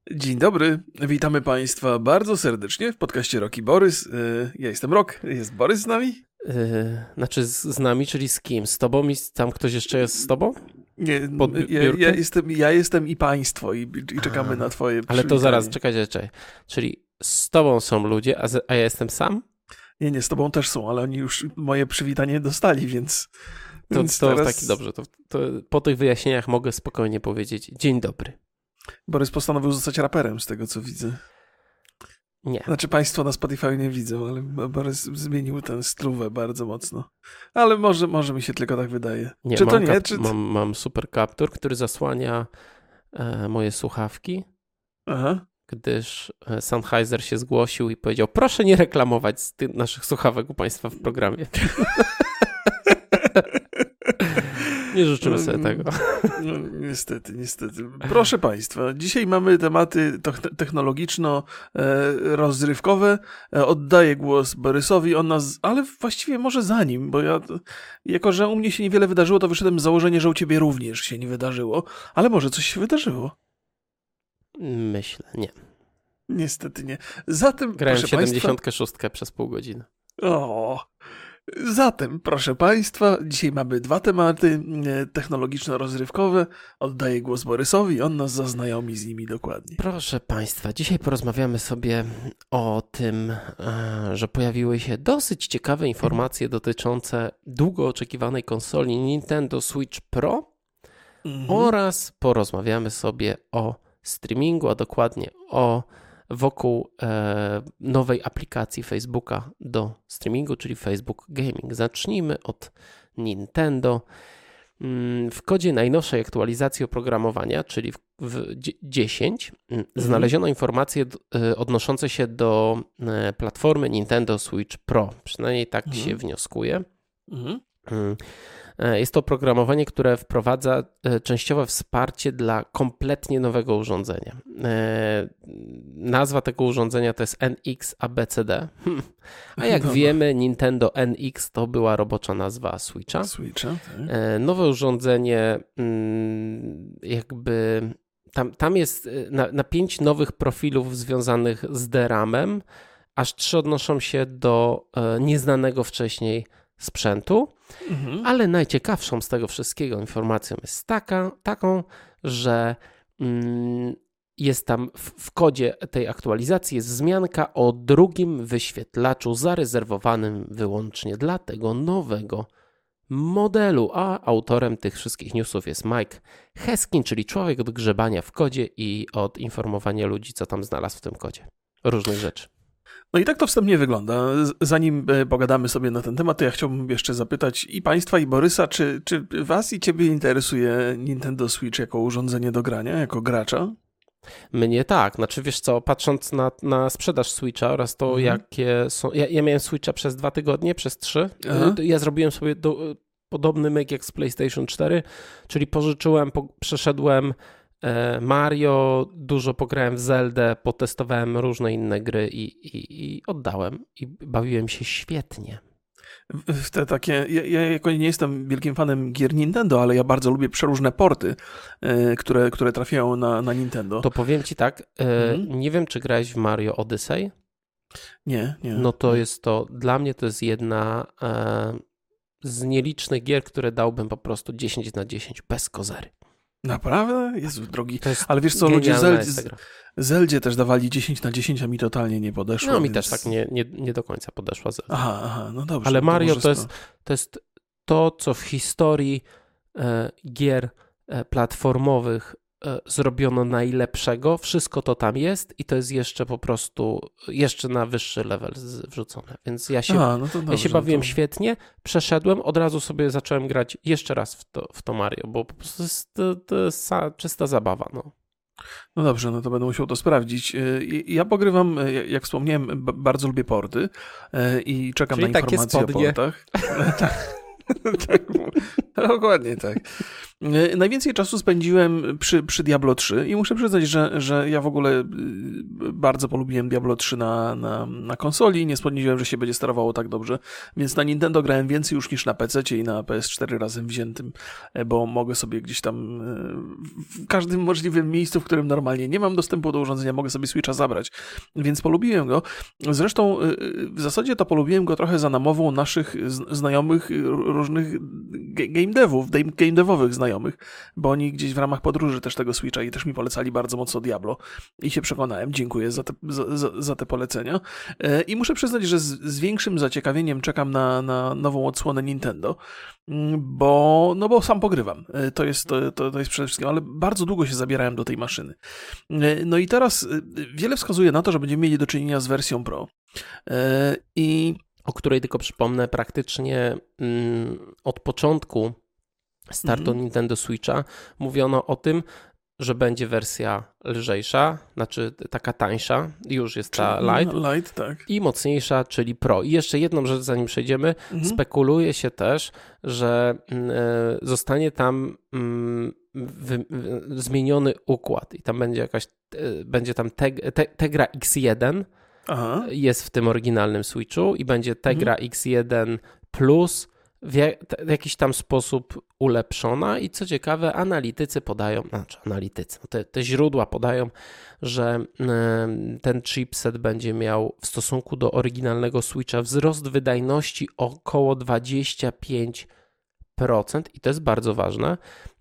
Dzień dobry, witamy Państwa bardzo serdecznie w podcaście Rok i Borys. Ja jestem Rok, jest Borys z nami? Znaczy z nami, czyli z kim? Z tobą i tam ktoś jeszcze jest z tobą? Nie, ja jestem i państwo i czekamy na twoje przywitanie. Ale to zaraz, czekaj. Czyli z tobą są ludzie, a ja jestem sam? Nie, z tobą też są, ale oni już moje przywitanie dostali, więc... To teraz... taki dobrze, to po tych wyjaśnieniach mogę spokojnie powiedzieć dzień dobry. Borys postanowił zostać raperem, z tego co widzę. Nie. Znaczy państwo na Spotify nie widzą, ale Borys zmienił tę strówę bardzo mocno. Ale może mi się tylko tak wydaje. Nie, czy to nie? Mam super kaptur, który zasłania moje słuchawki. Aha. Gdyż Sennheiser się zgłosił i powiedział, proszę nie reklamować naszych słuchawek u państwa w programie. Nie życzymy sobie tego. No, niestety. Proszę Państwa, dzisiaj mamy tematy technologiczno-rozrywkowe. Oddaję głos Borysowi, ale właściwie może za nim, bo jako że u mnie się niewiele wydarzyło, to wyszedłem z założenia, że u ciebie również się nie wydarzyło, ale może coś się wydarzyło. Myślę, nie. Niestety nie. Zatem, grałem proszę 76 przez pół godziny. Zatem, proszę Państwa, dzisiaj mamy dwa tematy technologiczno-rozrywkowe. Oddaję głos Borysowi, on nas zaznajomi z nimi dokładnie. Proszę Państwa, dzisiaj porozmawiamy sobie o tym, że pojawiły się dosyć ciekawe informacje dotyczące długo oczekiwanej konsoli Nintendo Switch Pro oraz porozmawiamy sobie o streamingu, a dokładnie wokół nowej aplikacji Facebooka do streamingu, czyli Facebook Gaming. Zacznijmy od Nintendo. W kodzie najnowszej aktualizacji oprogramowania, czyli w 10, znaleziono informacje odnoszące się do platformy Nintendo Switch Pro. Przynajmniej tak się wnioskuje. Jest to oprogramowanie, które wprowadza częściowe wsparcie dla kompletnie nowego urządzenia. Nazwa tego urządzenia to jest NX ABCD. A jak wiemy, Nintendo NX to była robocza nazwa Switcha. Tak. Nowe urządzenie tam jest na 5 nowych profilów związanych z DRAM-em, aż 3 odnoszą się do nieznanego wcześniej sprzętu, ale najciekawszą z tego wszystkiego informacją jest taką, że jest tam w kodzie tej aktualizacji jest wzmianka o drugim wyświetlaczu zarezerwowanym wyłącznie dla tego nowego modelu, a autorem tych wszystkich newsów jest Mike Heskin, czyli człowiek od grzebania w kodzie i od informowania ludzi, co tam znalazł w tym kodzie. Różnych rzeczy. No i tak to wstępnie wygląda. Zanim pogadamy sobie na ten temat, to ja chciałbym jeszcze zapytać i Państwa, i Borysa, czy Was i Ciebie interesuje Nintendo Switch jako urządzenie do grania, jako gracza? Mnie tak. Znaczy wiesz co, patrząc na sprzedaż Switcha oraz to jakie są... Ja miałem Switcha przez 2 tygodnie, przez 3. Ja zrobiłem sobie podobny myk jak z PlayStation 4, czyli pożyczyłem, przeszedłem Mario, dużo pograłem w Zeldę, potestowałem różne inne gry i oddałem i bawiłem się świetnie. W te takie, ja jako nie jestem wielkim fanem gier Nintendo, ale ja bardzo lubię przeróżne porty, które trafiają na Nintendo. To powiem Ci tak, nie wiem czy grałeś w Mario Odyssey? Nie. No to jest to, dla mnie to jest jedna z nielicznych gier, które dałbym po prostu 10 na 10 bez kozery. Naprawdę? Jezu, drogi. Ale wiesz co, ludzie Zeldzie też dawali 10 na 10, a mi totalnie nie podeszło. No mi też tak nie do końca podeszła Zelda. Aha, no dobrze. Ale Mario to jest to, co w historii gier platformowych zrobiono najlepszego. Wszystko to tam jest i to jest jeszcze po prostu na wyższy level wrzucone. Więc ja się bawiłem świetnie, przeszedłem, od razu sobie zacząłem grać jeszcze raz w to Mario, bo po prostu to jest czysta zabawa. No dobrze, no to będę musiał to sprawdzić. Ja pogrywam, jak wspomniałem, bardzo lubię porty i czekam na informacje o portach. Tak, dokładnie tak. Najwięcej czasu spędziłem przy Diablo 3 i muszę przyznać, że ja w ogóle bardzo polubiłem Diablo 3 na konsoli. Nie spodziewałem, że się będzie sterowało tak dobrze, więc na Nintendo grałem więcej już niż na PC-cie i na PS4 razem wziętym, bo mogę sobie gdzieś tam w każdym możliwym miejscu, w którym normalnie nie mam dostępu do urządzenia, mogę sobie Switcha zabrać, więc polubiłem go. Zresztą w zasadzie to polubiłem go trochę za namową naszych znajomych, różnych game devowych znajomych, bo oni gdzieś w ramach podróży też tego Switcha i też mi polecali bardzo mocno Diablo i się przekonałem. Dziękuję za te polecenia. I muszę przyznać, że z większym zaciekawieniem czekam na nową odsłonę Nintendo, bo sam pogrywam. To jest przede wszystkim, ale bardzo długo się zabierałem do tej maszyny. No i teraz wiele wskazuje na to, że będziemy mieli do czynienia z wersją Pro. O której tylko przypomnę, praktycznie od początku startu Nintendo Switcha mówiono o tym, że będzie wersja lżejsza, znaczy taka tańsza, już jest ta Lite, tak. I mocniejsza, czyli Pro. I jeszcze jedną rzecz, zanim przejdziemy, spekuluje się też, że zostanie tam zmieniony układ i tam będzie tam Tegra X1, jest w tym oryginalnym Switchu i będzie Tegra X1 Plus w jakiś tam sposób ulepszona i co ciekawe analitycy podają, te źródła podają, że ten chipset będzie miał w stosunku do oryginalnego Switcha wzrost wydajności około 25% i to jest bardzo ważne,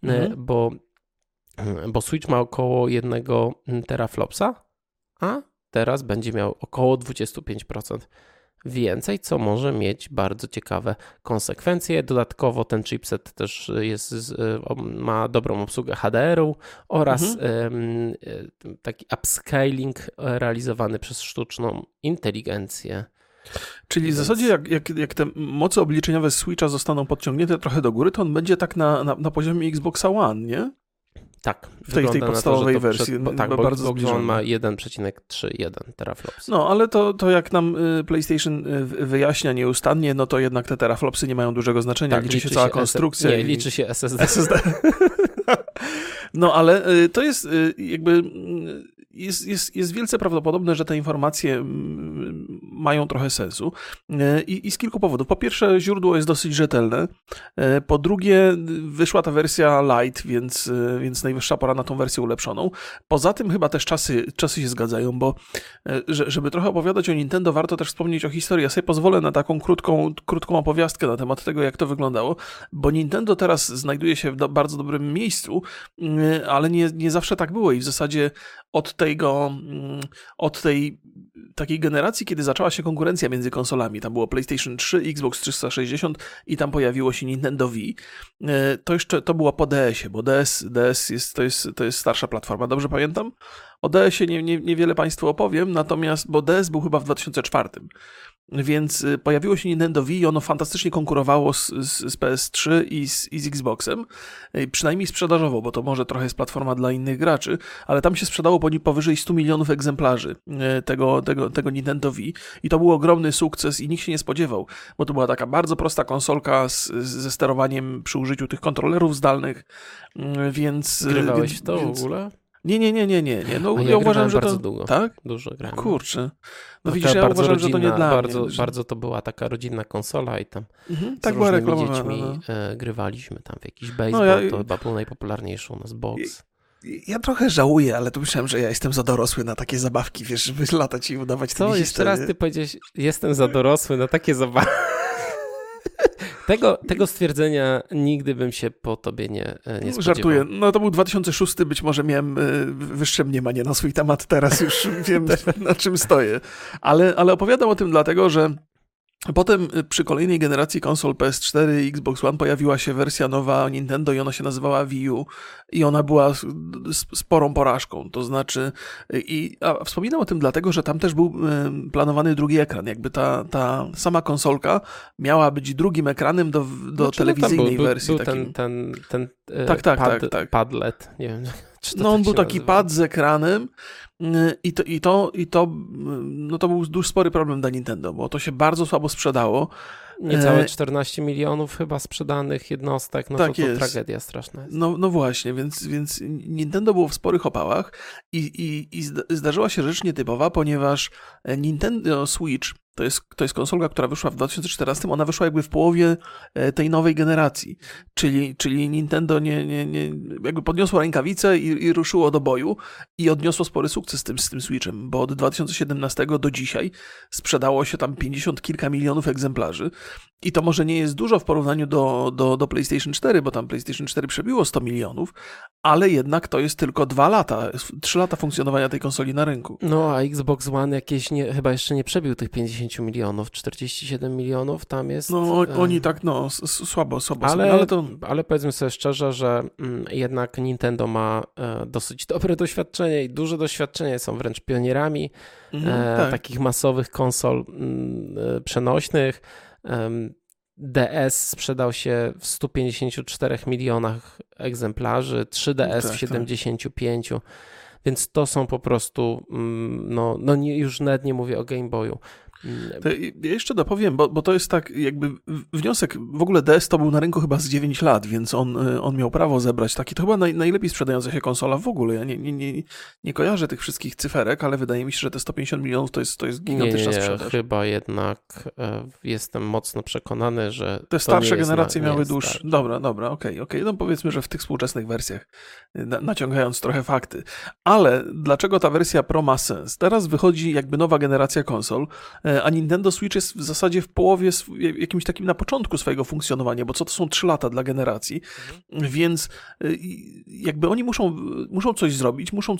bo Switch ma około 1 teraflopsa, a teraz będzie miał około 25% więcej, co może mieć bardzo ciekawe konsekwencje. Dodatkowo ten chipset też ma dobrą obsługę HDR-u oraz taki upscaling realizowany przez sztuczną inteligencję. Czyli w zasadzie jak te moce obliczeniowe Switcha zostaną podciągnięte trochę do góry, to on będzie tak na poziomie Xboxa One, nie? Tak. W tej podstawowej wersji. Bo bardzo zbliżony. On ma 1,31 teraflops. No, ale to jak nam PlayStation wyjaśnia nieustannie, no to jednak te teraflopsy nie mają dużego znaczenia. Tak, liczy się cała konstrukcja. Nie, liczy się SSD. No, ale to jest jakby... Jest wielce prawdopodobne, że te informacje mają trochę sensu i z kilku powodów. Po pierwsze, źródło jest dosyć rzetelne. Po drugie, wyszła ta wersja Lite, więc najwyższa pora na tą wersję ulepszoną. Poza tym chyba też czasy się zgadzają, bo żeby trochę opowiadać o Nintendo, warto też wspomnieć o historii. Ja sobie pozwolę na taką krótką opowiastkę na temat tego, jak to wyglądało, bo Nintendo teraz znajduje się w bardzo dobrym miejscu, ale nie zawsze tak było i w zasadzie od tej takiej generacji, kiedy zaczęła się konkurencja między konsolami, tam było PlayStation 3, Xbox 360 i tam pojawiło się Nintendo Wii, to było po DS-ie, bo DS to jest starsza platforma, dobrze pamiętam? O DS-ie niewiele Państwu opowiem, natomiast, bo DS był chyba w 2004. Więc pojawiło się Nintendo Wii i ono fantastycznie konkurowało z PS3 i z Xboxem, przynajmniej sprzedażowo, bo to może trochę jest platforma dla innych graczy, ale tam się sprzedało powyżej 100 milionów egzemplarzy tego Nintendo Wii i to był ogromny sukces i nikt się nie spodziewał, bo to była taka bardzo prosta konsolka ze sterowaniem przy użyciu tych kontrolerów zdalnych, więc... Grywałeś w to w ogóle? Nie. No, ja uważam, że bardzo to... długo. Tak? Dużo grałem. Kurczę. No widzisz, ja uważam, że to nie dla mnie. Bardzo to była taka rodzinna konsola i tam tak z była różnymi reklamowana. dziećmi grywaliśmy tam w jakiś baseball, to chyba był najpopularniejszy u nas boks. Ja trochę żałuję, ale to myślałem, że ja jestem za dorosły na takie zabawki, wiesz, żeby latać i udawać tymi historie. Jeszcze raz ty powiedziałeś, jestem za dorosły na takie zabawki. Tego stwierdzenia nigdy bym się po tobie nie spodziewał. Żartuję. No to był 2006, być może miałem wyższe mniemanie na swój temat, teraz już wiem na czym stoję. Ale opowiadam o tym dlatego, że potem przy kolejnej generacji konsol PS4 i Xbox One pojawiła się wersja nowa Nintendo i ona się nazywała Wii U i ona była sporą porażką, to znaczy a wspominam o tym dlatego, że tam też był planowany drugi ekran, jakby ta sama konsolka miała być drugim ekranem do telewizyjnej wersji. Był ten padlet, nie wiem. No on był taki pad z ekranem no to był dość spory problem dla Nintendo, bo to się bardzo słabo sprzedało Niecałe 14 milionów chyba sprzedanych jednostek, no Tak to jest. tragedia straszna jest. No właśnie, więc Nintendo było w sporych opałach i zdarzyła się rzecz nietypowa, ponieważ Nintendo Switch to jest konsolka, która wyszła w 2014, ona wyszła jakby w połowie tej nowej generacji, czyli Nintendo nie jakby podniosło rękawice i ruszyło do boju i odniosło spory sukces z tym Switchem, bo od 2017 do dzisiaj sprzedało się tam 50 kilka milionów egzemplarzy i to może nie jest dużo w porównaniu do PlayStation 4, bo tam PlayStation 4 przebiło 100 milionów, ale jednak to jest tylko 2 lata, 3 lata funkcjonowania tej konsoli na rynku. No a Xbox One chyba jeszcze nie przebił tych 50 milionów, 47 milionów tam jest. No oni tak, słabo ale powiedzmy sobie szczerze, że jednak Nintendo ma dosyć dobre doświadczenie i duże doświadczenie, są wręcz pionierami takich masowych konsol przenośnych. DS sprzedał się w 154 milionach egzemplarzy, 3DS w 75, więc to są po prostu, już nawet nie mówię o Game Boyu. To ja jeszcze dopowiem, bo to jest tak jakby wniosek, w ogóle DS to był na rynku chyba z 9 lat, więc on miał prawo zebrać taki, to chyba najlepiej sprzedająca się konsola w ogóle. Ja nie kojarzę tych wszystkich cyferek, ale wydaje mi się, że te 150 milionów to jest gigantyczna sprzedaż. Chyba jednak jestem mocno przekonany, że te starsze generacje miały dłuższe. Dobra, okej. No powiedzmy, że w tych współczesnych wersjach, naciągając trochę fakty. Ale dlaczego ta wersja Pro ma sens? Teraz wychodzi jakby nowa generacja konsol, a Nintendo Switch jest w zasadzie w połowie, jakimś takim na początku swojego funkcjonowania, bo to są 3 lata dla generacji, więc jakby oni muszą coś zrobić, muszą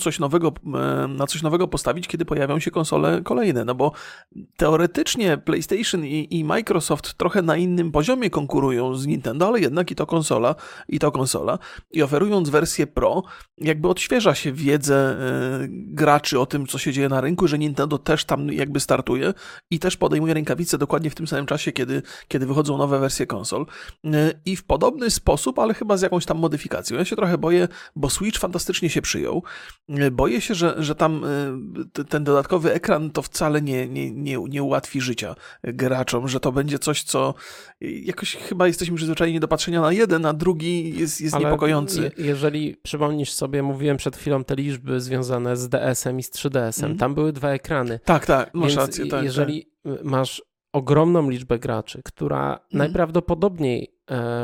na coś nowego postawić, kiedy pojawią się konsole kolejne, no bo teoretycznie PlayStation i Microsoft trochę na innym poziomie konkurują z Nintendo, ale jednak i to konsola i oferując wersję Pro, jakby odświeża się wiedzę graczy o tym, co się dzieje na rynku, że Nintendo też tam jakby startuje i też podejmuje rękawice dokładnie w tym samym czasie, kiedy wychodzą nowe wersje konsol. I w podobny sposób, ale chyba z jakąś tam modyfikacją. Ja się trochę boję, bo Switch fantastycznie się przyjął. Boję się, że tam ten dodatkowy ekran to wcale nie ułatwi życia graczom, że to będzie coś, co jakoś chyba jesteśmy przyzwyczajeni do patrzenia na jeden, a drugi jest niepokojący. Jeżeli przypomnisz sobie, mówiłem przed chwilą te liczby związane z DS-em i z 3DS-em. Tam były 2 ekrany. Tak, masz rację. Jeżeli masz ogromną liczbę graczy, która najprawdopodobniej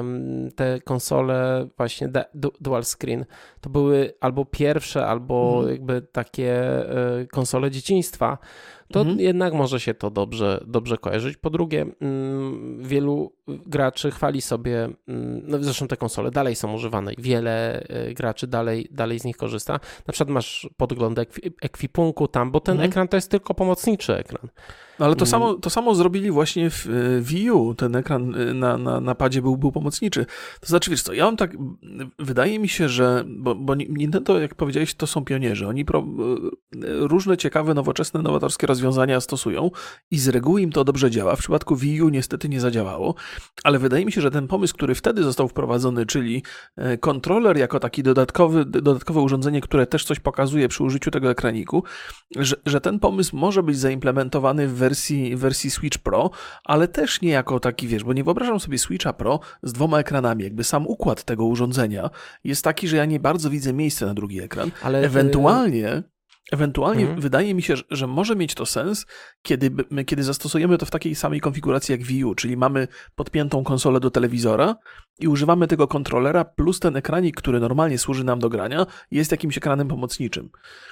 te konsole właśnie dual screen to były albo pierwsze, albo jakby takie konsole dzieciństwa, to jednak może się to dobrze kojarzyć. Po drugie, wielu graczy chwali sobie, zresztą te konsole dalej są używane i wiele graczy dalej z nich korzysta. Na przykład masz podgląd ekwipunku tam, bo ten ekran to jest tylko pomocniczy ekran. No ale to samo zrobili właśnie w Wii U. Ten ekran na padzie był pomocniczy. To znaczy, wiesz co, ja mam tak, wydaje mi się, że, bo Nintendo, jak powiedziałeś, to są pionierzy. Oni różne ciekawe, nowoczesne, nowatorskie rozwiązania stosują i z reguły im to dobrze działa. W przypadku Wii U niestety nie zadziałało, ale wydaje mi się, że ten pomysł, który wtedy został wprowadzony, czyli kontroler jako taki dodatkowe urządzenie, które też coś pokazuje przy użyciu tego ekraniku, że ten pomysł może być zaimplementowany w wersji Switch Pro, ale też nie jako taki, wiesz, bo nie wyobrażam sobie Switcha Pro z 2 ekranami, jakby sam układ tego urządzenia jest taki, że ja nie bardzo widzę miejsca na drugi ekran. Ale Ewentualnie wydaje mi się, że może mieć to sens, kiedy zastosujemy to w takiej samej konfiguracji jak Wii U, czyli mamy podpiętą konsolę do telewizora i używamy tego kontrolera plus ten ekranik, który normalnie służy nam do grania, jest jakimś ekranem pomocniczym.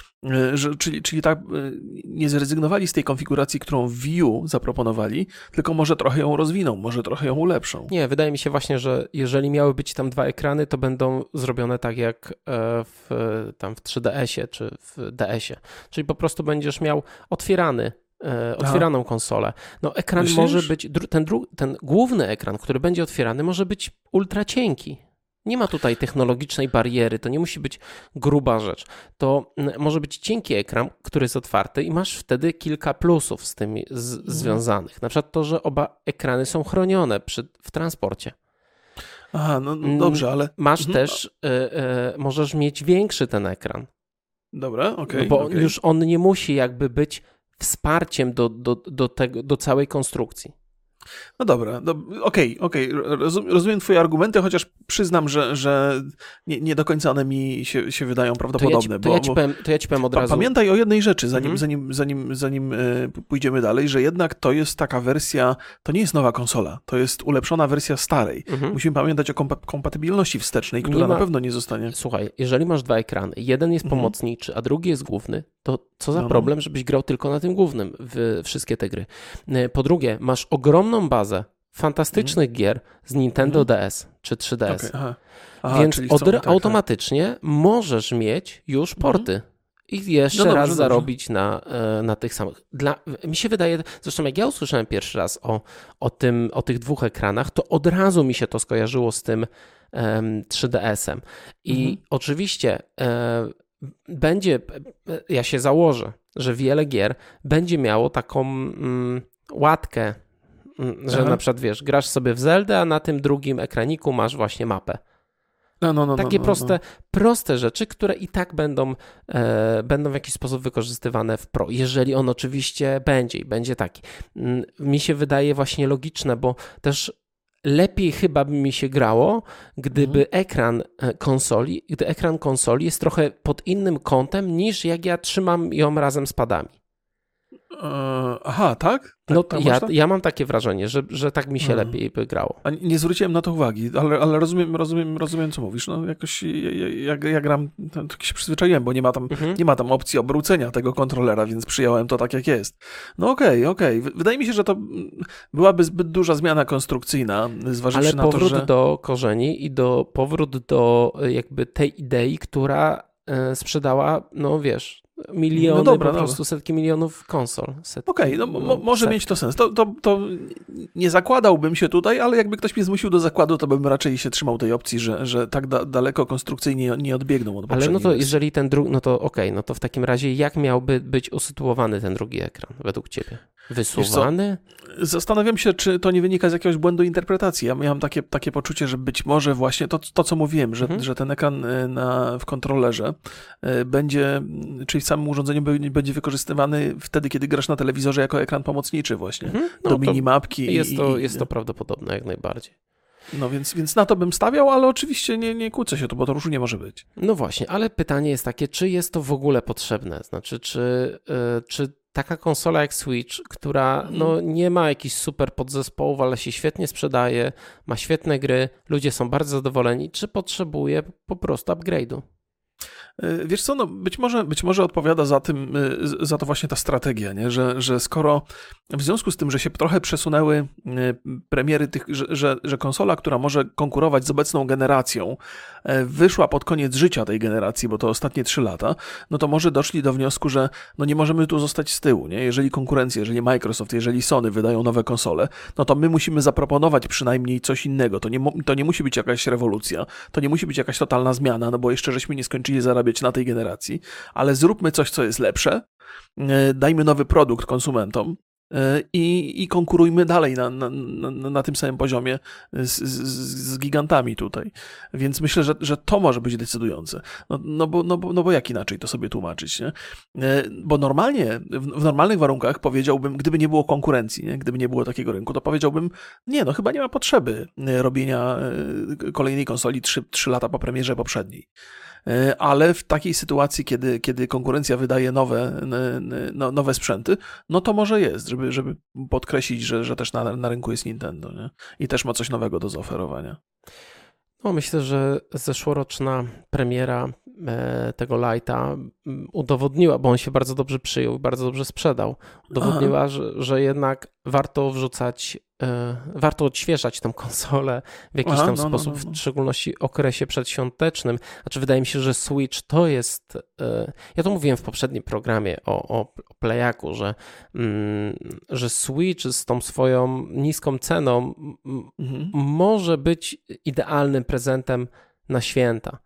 Czyli tak nie zrezygnowali z tej konfiguracji, którą w Wii U zaproponowali, tylko może trochę ją rozwiną, może trochę ją ulepszą. Nie, wydaje mi się właśnie, że jeżeli miały być tam 2 ekrany, to będą zrobione tak jak w 3DS-ie czy w DS-ie. Czyli po prostu będziesz miał otwieraną konsolę. No ekran może być, ten główny ekran, który będzie otwierany, może być ultra cienki. Nie ma tutaj technologicznej bariery, to nie musi być gruba rzecz. To może być cienki ekran, który jest otwarty i masz wtedy kilka plusów z tym związanych. Na przykład to, że oba ekrany są chronione w transporcie. Aha, no dobrze, ale... Masz też, możesz mieć większy ten ekran. Dobra, okej. Bo już on nie musi jakby być wsparciem do całej konstrukcji. No dobra, okej. Rozumiem twoje argumenty, chociaż przyznam, że nie do końca one mi się wydają prawdopodobne. To ja ci powiem od razu. Pamiętaj o jednej rzeczy, zanim pójdziemy dalej, że jednak to jest taka wersja, to nie jest nowa konsola, to jest ulepszona wersja starej. Musimy pamiętać o kompatybilności wstecznej, która na pewno nie zostanie. Słuchaj, jeżeli masz dwa ekrany, jeden jest pomocniczy, a drugi jest główny, to co za problem, żebyś grał tylko na tym głównym w wszystkie te gry. Po drugie, masz ogromną bazę fantastycznych gier z Nintendo DS czy 3DS. Okay, więc automatycznie możesz mieć już porty i jeszcze raz zarobić na tych samych. Mi się wydaje, zresztą jak ja usłyszałem pierwszy raz o tych dwóch ekranach, to od razu mi się to skojarzyło z tym 3DS-em. I oczywiście ja się założę, że wiele gier będzie miało taką łatkę, że na przykład wiesz, grasz sobie w Zeldę, a na tym drugim ekraniku masz właśnie mapę. Takie proste rzeczy, które i tak będą w jakiś sposób wykorzystywane w Pro, jeżeli on oczywiście będzie taki. Mi się wydaje właśnie logiczne, bo też lepiej chyba by mi się grało, gdyby ekran konsoli jest trochę pod innym kątem, niż jak ja trzymam ją razem z padami. Tak? No ja mam takie wrażenie, że tak mi się lepiej by grało. A nie zwróciłem na to uwagi, ale rozumiem, co mówisz. No jakoś ja gram, tak się przyzwyczaiłem, bo nie ma tam opcji obrócenia tego kontrolera, więc przyjąłem to tak, jak jest. No okej. Wydaje mi się, że to byłaby zbyt duża zmiana konstrukcyjna, zważywszy na to, że... Ale powrót do korzeni i powrót do jakby tej idei, która sprzedała, no wiesz... miliony, po prostu setki milionów konsol. Może mieć to sens. To nie zakładałbym się tutaj, ale jakby ktoś mnie zmusił do zakładu, to bym raczej się trzymał tej opcji, że tak daleko konstrukcyjnie nie odbiegną od poprzedniej. Ale no to jeżeli ten drugi, no to w takim razie jak miałby być usytuowany ten drugi ekran według ciebie? Wysuwany? Zastanawiam się, czy to nie wynika z jakiegoś błędu interpretacji. Ja miałem takie poczucie, że być może właśnie to co mówiłem, że ten ekran w kontrolerze będzie, czyli w samym urządzeniu będzie wykorzystywany wtedy, kiedy grasz na telewizorze jako ekran pomocniczy właśnie, do minimapki. Jest to prawdopodobne jak najbardziej. No więc na to bym stawiał, ale oczywiście nie kłócę się tu, bo to różnie nie może być. No właśnie, ale pytanie jest takie, czy jest to w ogóle potrzebne? Znaczy, czy taka konsola jak Switch, która nie ma jakichś super podzespołów, ale się świetnie sprzedaje, ma świetne gry, ludzie są bardzo zadowoleni, czy potrzebuje po prostu upgrade'u? Wiesz co, być może odpowiada za to właśnie ta strategia, nie? Że skoro w związku z tym, że się trochę przesunęły premiery tych, że konsola, która może konkurować z obecną generacją, wyszła pod koniec życia tej generacji, bo to ostatnie 3 lata, no to może doszli do wniosku, że nie możemy tu zostać z tyłu, nie? Jeżeli konkurencja, jeżeli Microsoft, jeżeli Sony wydają nowe konsole, no to my musimy zaproponować przynajmniej coś innego. To nie musi być jakaś rewolucja, to nie musi być jakaś totalna zmiana, no bo jeszcze żeśmy nie skończyli zarabiać na tej generacji, ale zróbmy coś, co jest lepsze, dajmy nowy produkt konsumentom i konkurujmy dalej na tym samym poziomie z gigantami tutaj. Więc myślę, że to może być decydujące. Bo jak inaczej to sobie tłumaczyć, nie? Bo normalnie, w normalnych warunkach powiedziałbym, gdyby nie było konkurencji, nie? Gdyby nie było takiego rynku, to powiedziałbym, chyba nie ma potrzeby robienia kolejnej konsoli 3 lata po premierze poprzedniej. Ale w takiej sytuacji, kiedy konkurencja wydaje nowe sprzęty, no to może jest, żeby podkreślić, że też na rynku jest Nintendo, nie? I też ma coś nowego do zaoferowania. No, myślę, że zeszłoroczna premiera tego Lite'a udowodniła, bo on się bardzo dobrze przyjął i bardzo dobrze sprzedał, udowodniła, że jednak warto wrzucać, warto odświeżać tę konsolę w jakiś tam sposób, w szczególności okresie przedświątecznym. Znaczy, wydaje mi się, że Switch to jest, ja to mówiłem w poprzednim programie o Playaku, że Switch z tą swoją niską ceną może być idealnym prezentem na święta.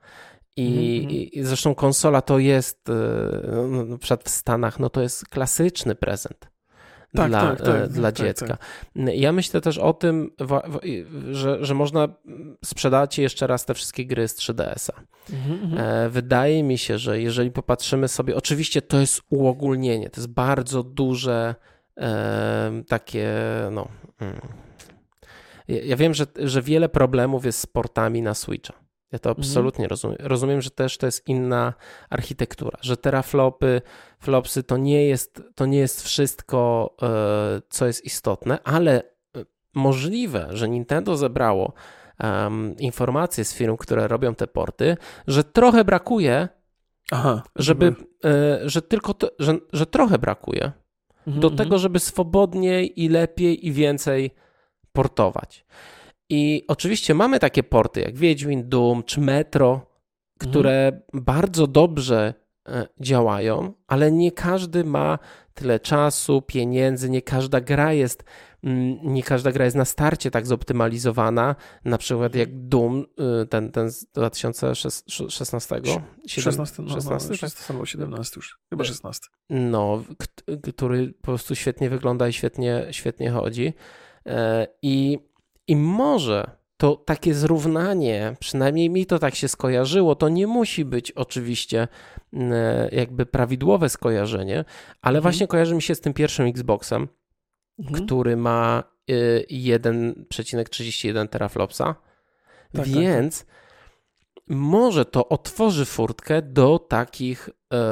I zresztą konsola to jest, na przykład w Stanach, to jest klasyczny prezent dla dziecka. Tak. Ja myślę też o tym, że można sprzedać jeszcze raz te wszystkie gry z 3DS-a. Wydaje mi się, że jeżeli popatrzymy sobie, oczywiście to jest uogólnienie, to jest bardzo duże takie, no... Ja wiem, że wiele problemów jest z portami na Switcha. Ja to absolutnie rozumiem. Rozumiem, że też to jest inna architektura, że teraflopsy to nie jest wszystko, co jest istotne, ale możliwe, że Nintendo zebrało informacje z firm, które robią te porty, że trochę brakuje, że trochę brakuje do tego, żeby swobodniej i lepiej i więcej portować. I oczywiście mamy takie porty jak Wiedźmin, Doom czy Metro, które bardzo dobrze działają, ale nie każdy ma tyle czasu, pieniędzy, nie każda gra jest na starcie tak zoptymalizowana, na przykład jak Doom, ten z 2016. 16 albo 17 już, chyba 16. No, który po prostu świetnie wygląda i świetnie chodzi. I może to takie zrównanie, przynajmniej mi to tak się skojarzyło, to nie musi być oczywiście jakby prawidłowe skojarzenie, ale właśnie kojarzy mi się z tym pierwszym Xboxem, który ma 1,31 teraflopsa, więc może to otworzy furtkę do takich,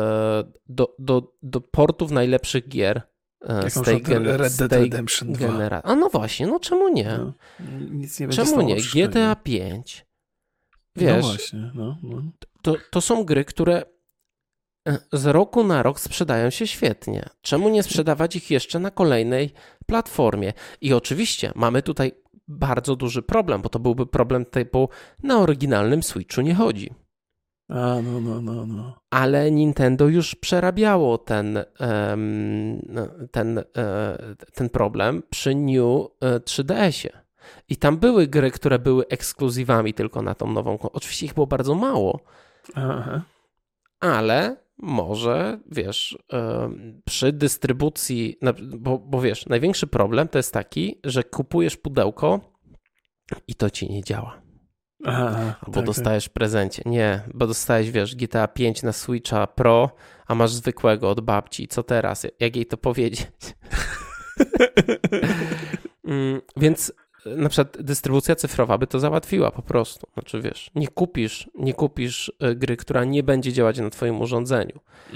do portów najlepszych gier z tej generacji. A no właśnie, no czemu nie? No, nic nie będzie czemu nie? GTA 5. Wiesz, no właśnie, no. To są gry, które z roku na rok sprzedają się świetnie. Czemu nie sprzedawać ich jeszcze na kolejnej platformie? I oczywiście mamy tutaj bardzo duży problem, bo to byłby problem typu na oryginalnym Switchu nie chodzi. No. Ale Nintendo już przerabiało ten problem przy New 3DS-ie. I tam były gry, które były ekskluzywami tylko na tą nową. Oczywiście ich było bardzo mało. Aha. Ale może, wiesz, przy dystrybucji, bo wiesz, największy problem to jest taki, że kupujesz pudełko i to ci nie działa. Albo dostajesz w prezencie. Nie, bo dostajesz, wiesz, GTA 5 na Switcha Pro, a masz zwykłego od babci. Co teraz? Jak jej to powiedzieć? Więc na przykład dystrybucja cyfrowa by to załatwiła po prostu. Znaczy, wiesz, nie kupisz gry, która nie będzie działać na twoim urządzeniu.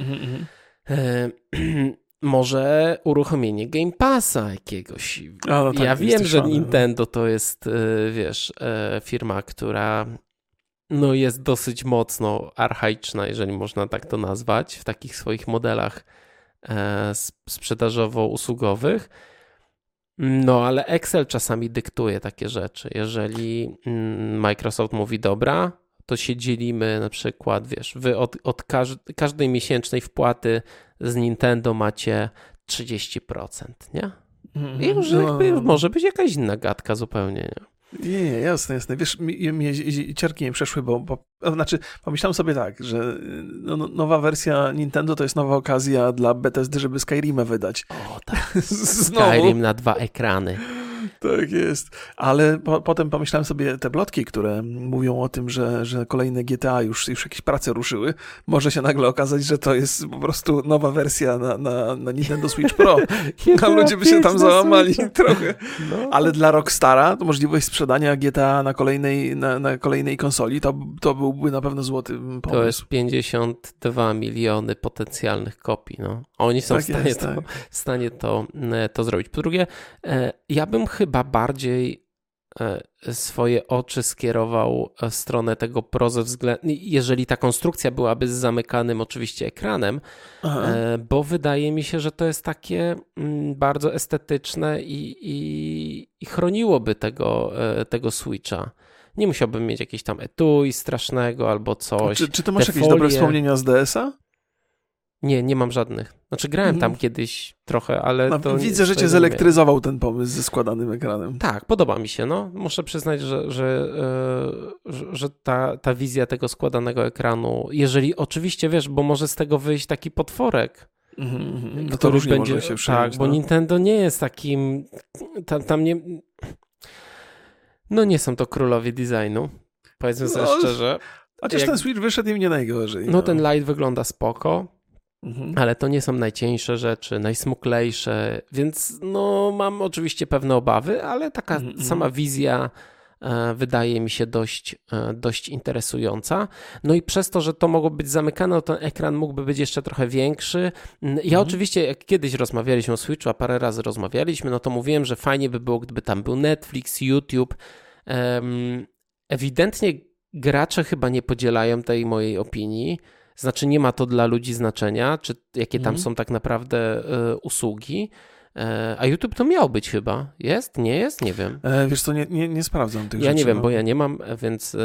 Może uruchomienie Game Passa jakiegoś. Ja wiem, że Nintendo to jest, wiesz, firma, która no jest dosyć mocno archaiczna, jeżeli można tak to nazwać, w takich swoich modelach sprzedażowo-usługowych. No, ale Excel czasami dyktuje takie rzeczy. Jeżeli Microsoft mówi dobra, to się dzielimy na przykład, wiesz, wy od każdej miesięcznej wpłaty z Nintendo macie 30%, nie? I już jakby może być jakaś inna gadka zupełnie, nie? Nie, jasne. Wiesz, mnie ciarki nie przeszły, znaczy pomyślałem sobie tak, że nowa wersja Nintendo to jest nowa okazja dla Bethesdy, żeby Skyrima wydać. O tak, Skyrim na 2 ekrany. Tak jest, ale potem pomyślałem sobie te plotki, które mówią o tym, że kolejne GTA już jakieś prace ruszyły. Może się nagle okazać, że to jest po prostu nowa wersja na Nintendo Switch Pro. A ludzie by się tam załamali trochę. No. Ale dla Rockstara to możliwość sprzedania GTA na kolejnej konsoli to byłby na pewno złoty pomysł. To jest 52 miliony potencjalnych kopii. No. Oni są w stanie to zrobić. Po drugie, ja bym chyba bardziej swoje oczy skierował w stronę tego Pro ze względu, jeżeli ta konstrukcja byłaby z zamykanym oczywiście ekranem, bo wydaje mi się, że to jest takie bardzo estetyczne i chroniłoby tego Switcha. Nie musiałbym mieć jakiegoś tam etui strasznego albo coś. Czy ty masz jakieś dobre wspomnienia z DS-a? Nie mam żadnych. Znaczy grałem tam kiedyś trochę, ale to... Widzę, że cię zelektryzował ten pomysł ze składanym ekranem. Tak, podoba mi się. No. Muszę przyznać, że ta wizja tego składanego ekranu, jeżeli oczywiście, wiesz, bo może z tego wyjść taki potworek, no to różnie będzie, może się przyjąć. Tak, bo Nintendo nie jest takim... Tam nie... No nie są to królowie designu, powiedzmy sobie szczerze. Chociaż ten Switch wyszedł im nie najgorzej. No ten Lite wygląda spoko. ale to nie są najcieńsze rzeczy, najsmuklejsze, więc no mam oczywiście pewne obawy, ale taka sama wizja wydaje mi się dość interesująca. No i przez to, że to mogło być zamykane, ten ekran mógłby być jeszcze trochę większy. Ja oczywiście, jak kiedyś rozmawialiśmy o Switchu, a parę razy rozmawialiśmy, no to mówiłem, że fajnie by było, gdyby tam był Netflix, YouTube. Ewidentnie gracze chyba nie podzielają tej mojej opinii. Znaczy nie ma to dla ludzi znaczenia, czy jakie tam są tak naprawdę usługi. A YouTube to miał być chyba. Jest? Nie jest? Nie wiem. Wiesz co, nie sprawdzam tych rzeczy. Ja nie wiem, bo ja nie mam, więc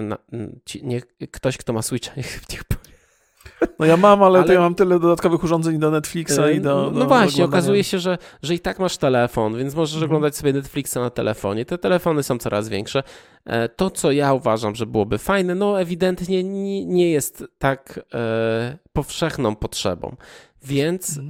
ktoś, kto ma Switcha, niech powie. No ja mam, ale to ja mam tyle dodatkowych urządzeń do Netflixa i do No właśnie, oglądania. okazuje się, że i tak masz telefon, więc możesz oglądać sobie Netflixa na telefonie. Te telefony są coraz większe. To, co ja uważam, że byłoby fajne, no ewidentnie nie jest tak powszechną potrzebą. Więc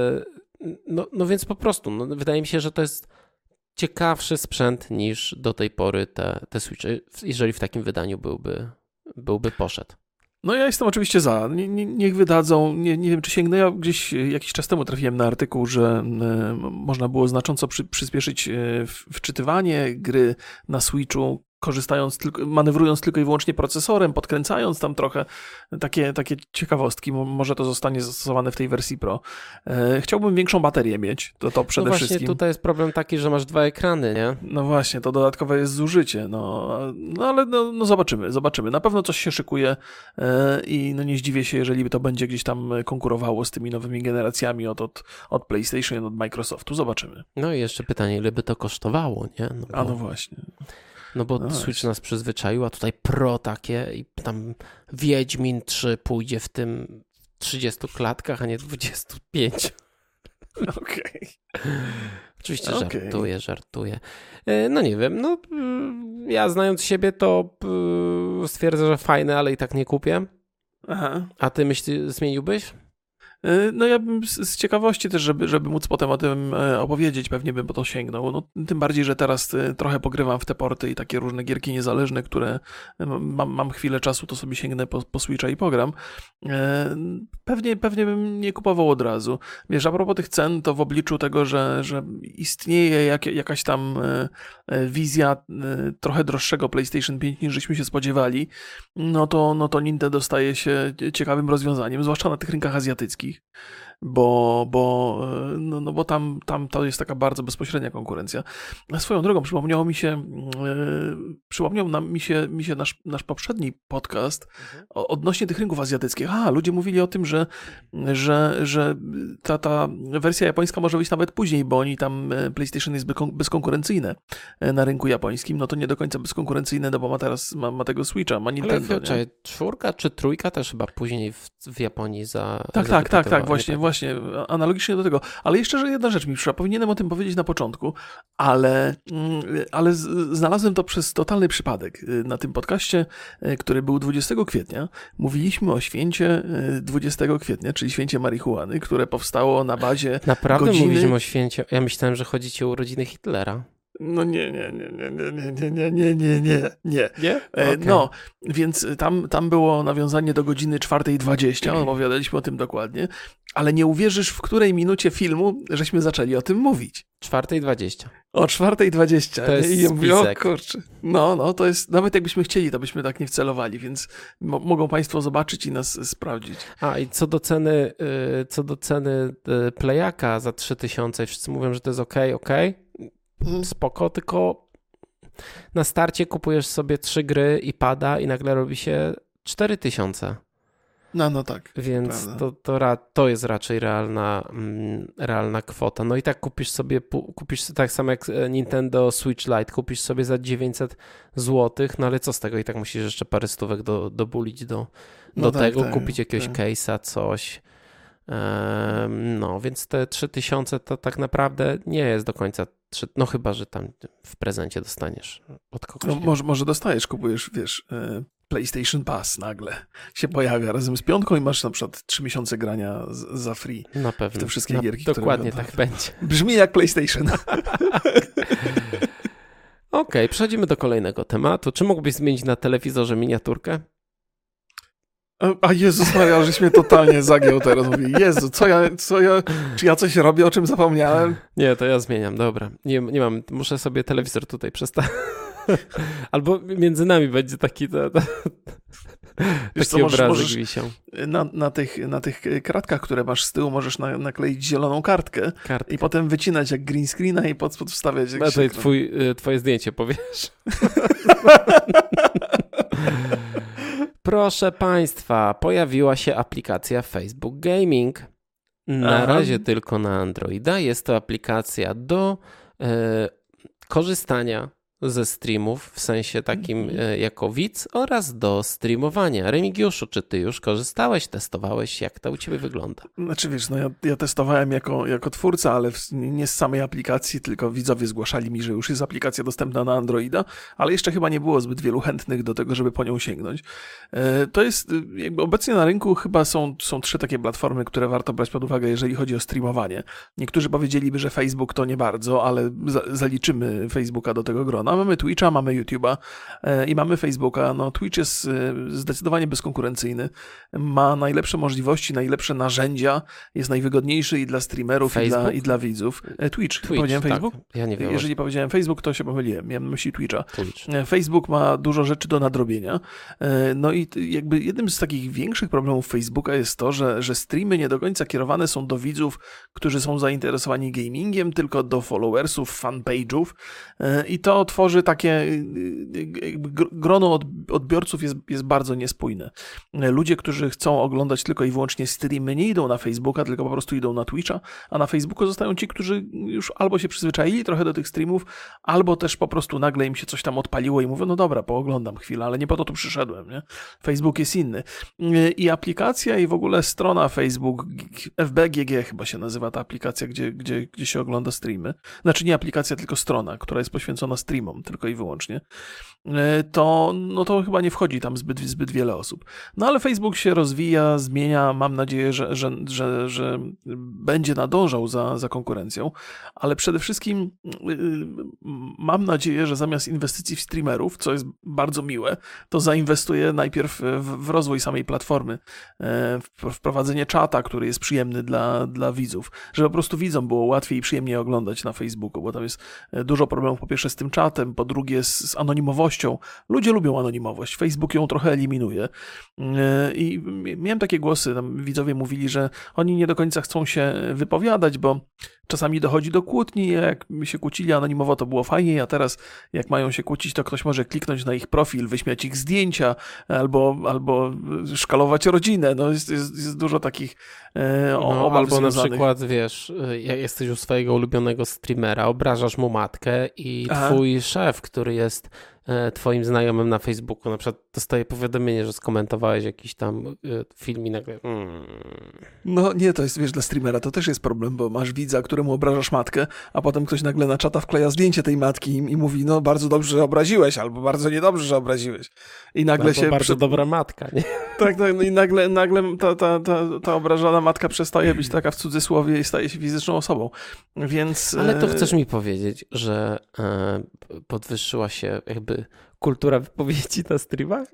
no więc po prostu, wydaje mi się, że to jest ciekawszy sprzęt niż do tej pory te Switche, jeżeli w takim wydaniu byłby poszedł. No ja jestem oczywiście za. Niech wydadzą. Nie wiem, czy sięgnę. Ja gdzieś jakiś czas temu trafiłem na artykuł, że można było znacząco przyspieszyć wczytywanie gry na Switchu, manewrując tylko i wyłącznie procesorem, podkręcając tam trochę takie ciekawostki. Może to zostanie zastosowane w tej wersji Pro. Chciałbym większą baterię mieć, to przede właśnie wszystkim. Tutaj jest problem taki, że masz 2 ekrany, nie? No właśnie, to dodatkowe jest zużycie. Ale zobaczymy. Na pewno coś się szykuje i nie zdziwię się, jeżeli to będzie gdzieś tam konkurowało z tymi nowymi generacjami od PlayStation, od Microsoftu. Zobaczymy. No i jeszcze pytanie, ile by to kosztowało, nie? No właśnie. No bo Switch nas przyzwyczaił, a tutaj Pro takie i tam Wiedźmin 3 pójdzie w tym 30 klatkach, a nie 25. Okej. Oczywiście żartuję. No nie wiem, ja znając siebie to stwierdzę, że fajne, ale i tak nie kupię. Aha. A ty zmieniłbyś? No ja bym z ciekawości też, żeby móc potem o tym opowiedzieć, pewnie bym po to sięgnął. No, tym bardziej, że teraz trochę pogrywam w te porty i takie różne gierki niezależne, które mam chwilę czasu, to sobie sięgnę po Switcha i pogram. Pewnie bym nie kupował od razu. Wiesz, a propos tych cen, to w obliczu tego, że istnieje jakaś tam wizja trochę droższego PlayStation 5 niż żeśmy się spodziewali, no to Nintendo staje się ciekawym rozwiązaniem, zwłaszcza na tych rynkach azjatyckich. Bo tam to jest taka bardzo bezpośrednia konkurencja. A swoją drogą przypomniał mi się nasz poprzedni podcast odnośnie tych rynków azjatyckich. Ludzie mówili o tym, że ta wersja japońska może wyjść nawet później, bo PlayStation jest bezkonkurencyjne na rynku japońskim. No to nie do końca bezkonkurencyjne, no bo ma tego Switcha, ma Nintendo. Ale 4 czy 3 też chyba później w Japonii Tak, właśnie, analogicznie do tego. Ale jeszcze jedna rzecz mi przyszła, powinienem o tym powiedzieć na początku, ale znalazłem to przez totalny przypadek. Na tym podcaście, który był 20 kwietnia, mówiliśmy o święcie 20 kwietnia, czyli święcie marihuany, które powstało na bazie Naprawdę godziny... mówiliśmy o święcie? Ja myślałem, że chodzi ci o urodziny Hitlera. No nie. Nie? Okay. No, więc tam było nawiązanie do godziny 4:20, opowiadaliśmy o tym dokładnie, ale nie uwierzysz, w której minucie filmu żeśmy zaczęli o tym mówić. 4:20. O 4:20. To jest I ja mówię, spisek. o kurczę. No, to jest, nawet jakbyśmy chcieli, to byśmy tak nie wcelowali, więc mogą Państwo zobaczyć i nas sprawdzić. I co do ceny Playaka za 3000, wszyscy mówią, że to jest okej. Spoko, tylko na starcie kupujesz sobie 3 gry i pada i nagle robi się 4000. No tak. Więc to jest raczej realna kwota. No i tak kupisz tak samo jak Nintendo Switch Lite, kupisz sobie za 900 zł, no ale co z tego? I tak musisz jeszcze parę stówek dobulić do tego, kupić jakiegoś case'a, coś. No, więc te 3000 to tak naprawdę nie jest do końca, no chyba, że tam w prezencie dostaniesz od kogoś. No, może dostajesz, kupujesz, wiesz, PlayStation Pass nagle się pojawia razem z 5 i masz na przykład 3 miesiące grania za free. Na pewno. W te wszystkie gierki, dokładnie tak będzie. Brzmi jak PlayStation. Okej, przechodzimy do kolejnego tematu. Czy mógłbyś zmienić na telewizorze miniaturkę? A Jezus Maria, żeś mnie totalnie zagiął teraz. Mówię, Jezu, czy ja coś robię, o czym zapomniałem? Nie, to ja zmieniam, dobra. Nie mam, muszę sobie telewizor tutaj przestawić. Albo między nami będzie taki Co, obrazek wisiał. Na tych kratkach, które masz z tyłu, możesz nakleić zieloną kartkę i potem wycinać jak green screena i pod wstawiać. A to twoje zdjęcie, powiesz. Proszę Państwa, pojawiła się aplikacja Facebook Gaming. Na razie tylko na Androida. Jest to aplikacja do korzystania ze streamów, w sensie takim jako widz oraz do streamowania. Remigiuszu, czy ty już korzystałeś, testowałeś? Jak to u ciebie wygląda? Znaczy wiesz, no ja testowałem jako twórca, ale nie z samej aplikacji, tylko widzowie zgłaszali mi, że już jest aplikacja dostępna na Androida, ale jeszcze chyba nie było zbyt wielu chętnych do tego, żeby po nią sięgnąć. To jest, jakby obecnie na rynku chyba są 3 takie platformy, które warto brać pod uwagę, jeżeli chodzi o streamowanie. Niektórzy powiedzieliby, że Facebook to nie bardzo, ale zaliczymy Facebooka do tego grona. Mamy Twitcha, mamy YouTube'a i mamy Facebooka. No, Twitch jest zdecydowanie bezkonkurencyjny. Ma najlepsze możliwości, najlepsze narzędzia. Jest najwygodniejszy i dla streamerów, i dla widzów. Twitch. Powiedziałem tak. Facebook? Ja nie wiem. Jeżeli powiedziałem Facebook, to się pomyliłem. Miałem na myśli Twitcha. Facebook ma dużo rzeczy do nadrobienia. No i jakby jednym z takich większych problemów Facebooka jest to, że streamy nie do końca kierowane są do widzów, którzy są zainteresowani gamingiem, tylko do followersów, fanpage'ów. I to tworzy takie grono odbiorców jest bardzo niespójne. Ludzie, którzy chcą oglądać tylko i wyłącznie streamy, nie idą na Facebooka, tylko po prostu idą na Twitcha, a na Facebooku zostają ci, którzy już albo się przyzwyczaili trochę do tych streamów, albo też po prostu nagle im się coś tam odpaliło i mówią, no dobra, pooglądam chwilę, ale nie po to tu przyszedłem, nie? Facebook jest inny. I aplikacja i w ogóle strona Facebook, FBGG chyba się nazywa ta aplikacja, gdzie się ogląda streamy. Znaczy nie aplikacja, tylko strona, która jest poświęcona streamom tylko i wyłącznie. To chyba nie wchodzi tam zbyt wiele osób. No ale Facebook się rozwija, zmienia, mam nadzieję, że będzie nadążał za konkurencją, ale przede wszystkim mam nadzieję, że zamiast inwestycji w streamerów, co jest bardzo miłe, to zainwestuje najpierw w rozwój samej platformy, w wprowadzenie czata, który jest przyjemny dla widzów, żeby po prostu widzom było łatwiej i przyjemniej oglądać na Facebooku, bo tam jest dużo problemów po pierwsze z tym czatem, po drugie z anonimowością. Ludzie lubią anonimowość, Facebook ją trochę eliminuje i miałem takie głosy, tam widzowie mówili, że oni nie do końca chcą się wypowiadać, bo czasami dochodzi do kłótni, jak się kłócili anonimowo, to było fajniej, a teraz jak mają się kłócić, to ktoś może kliknąć na ich profil, wyśmiać ich zdjęcia albo szkalować rodzinę. No jest dużo takich obaw albo związanych. Na przykład, wiesz, jak jesteś u swojego ulubionego streamera, obrażasz mu matkę i twój szef, który jest twoim znajomym na Facebooku, na przykład dostaje powiadomienie, że skomentowałeś jakiś tam film i nagle No nie, to jest, wiesz, dla streamera to też jest problem, bo masz widza, któremu obrażasz matkę, a potem ktoś nagle na czata wkleja zdjęcie tej matki i mówi, no bardzo dobrze, że obraziłeś, albo bardzo niedobrze, że obraziłeś. I nagle albo się... bardzo dobra matka, nie? Tak, no i nagle ta obrażona matka przestaje być taka w cudzysłowie i staje się fizyczną osobą, więc... Ale to chcesz mi powiedzieć, że podwyższyła się jakby kultura wypowiedzi na streamach?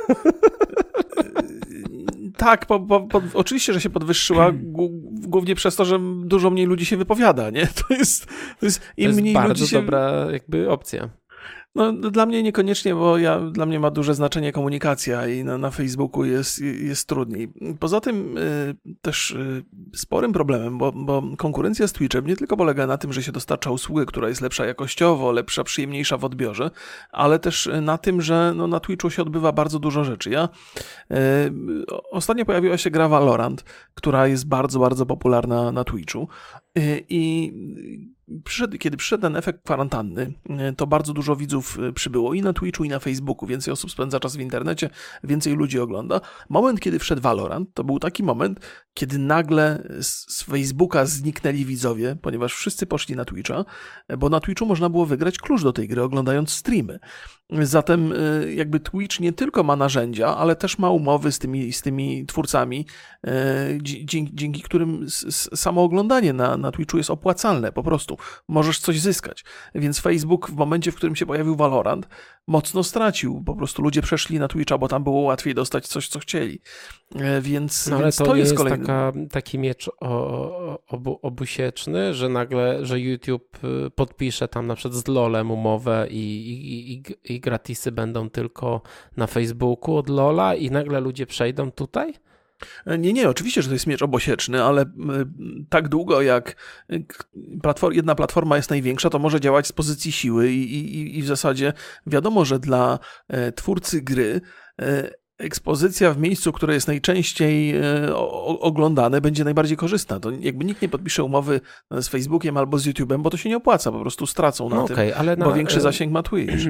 Tak, oczywiście, że się podwyższyła, głównie przez to, że dużo mniej ludzi się wypowiada, nie? To jest im mniej bardzo ludzi się... dobra jakby opcja. No, dla mnie niekoniecznie, bo dla mnie ma duże znaczenie komunikacja i na Facebooku jest trudniej. Poza tym też sporym problemem, bo konkurencja z Twitchem nie tylko polega na tym, że się dostarcza usługę, która jest lepsza jakościowo, lepsza, przyjemniejsza w odbiorze, ale też na tym, że na Twitchu się odbywa bardzo dużo rzeczy. Ostatnio pojawiła się gra Valorant, która jest bardzo, bardzo popularna na Twitchu i kiedy przyszedł ten efekt kwarantanny, to bardzo dużo widzów przybyło i na Twitchu, i na Facebooku. Więcej osób spędza czas w internecie, więcej ludzi ogląda. Moment, kiedy wszedł Valorant, to był taki moment, kiedy nagle z Facebooka zniknęli widzowie, ponieważ wszyscy poszli na Twitcha, bo na Twitchu można było wygrać klucz do tej gry, oglądając streamy. Zatem jakby Twitch nie tylko ma narzędzia, ale też ma umowy z tymi twórcami, dzięki którym samo oglądanie na Twitchu jest opłacalne, po prostu. Możesz coś zyskać. Więc Facebook w momencie, w którym się pojawił Valorant, mocno stracił. Po prostu ludzie przeszli na Twitcha, bo tam było łatwiej dostać coś, co chcieli. Więc, no ale więc to jest nie kolejny... taki miecz obusieczny, że nagle, że YouTube podpisze tam na przykład z LoLem umowę i gratisy będą tylko na Facebooku od LoLa i nagle ludzie przejdą tutaj? Nie, oczywiście, że to jest miecz obosieczny, ale tak długo jak jedna platforma jest największa, to może działać z pozycji siły i w zasadzie wiadomo, że dla twórcy gry ekspozycja w miejscu, które jest najczęściej oglądane, będzie najbardziej korzystna. To jakby nikt nie podpisze umowy z Facebookiem albo z YouTube'em, bo to się nie opłaca, po prostu stracą na tym, ale bo większy zasięg ma Twitch.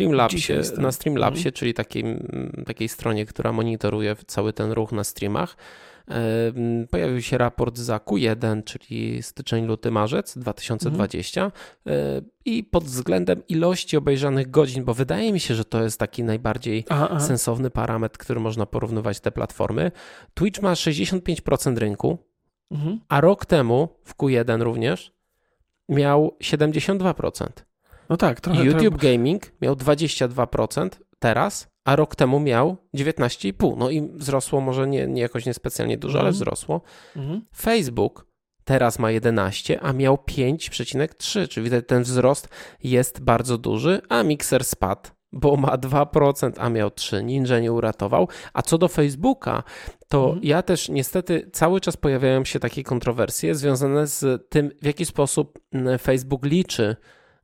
Na Streamlabsie, czyli takiej stronie, która monitoruje cały ten ruch na streamach, pojawił się raport za Q1, czyli styczeń, luty, marzec 2020 i pod względem ilości obejrzanych godzin, bo wydaje mi się, że to jest taki najbardziej sensowny parametr, który można porównywać te platformy. Twitch ma 65% rynku, a rok temu w Q1 również miał 72%. No tak, trochę. YouTube Gaming miał 22% teraz, a rok temu miał 19,5%. No i wzrosło może nie jakoś niespecjalnie dużo, ale wzrosło. Facebook teraz ma 11%, a miał 5,3%, czyli widać, ten wzrost jest bardzo duży, a Mixer spadł, bo ma 2%, a miał 3%. Ninja nie uratował. A co do Facebooka, to ja też niestety cały czas pojawiają się takie kontrowersje związane z tym, w jaki sposób Facebook liczy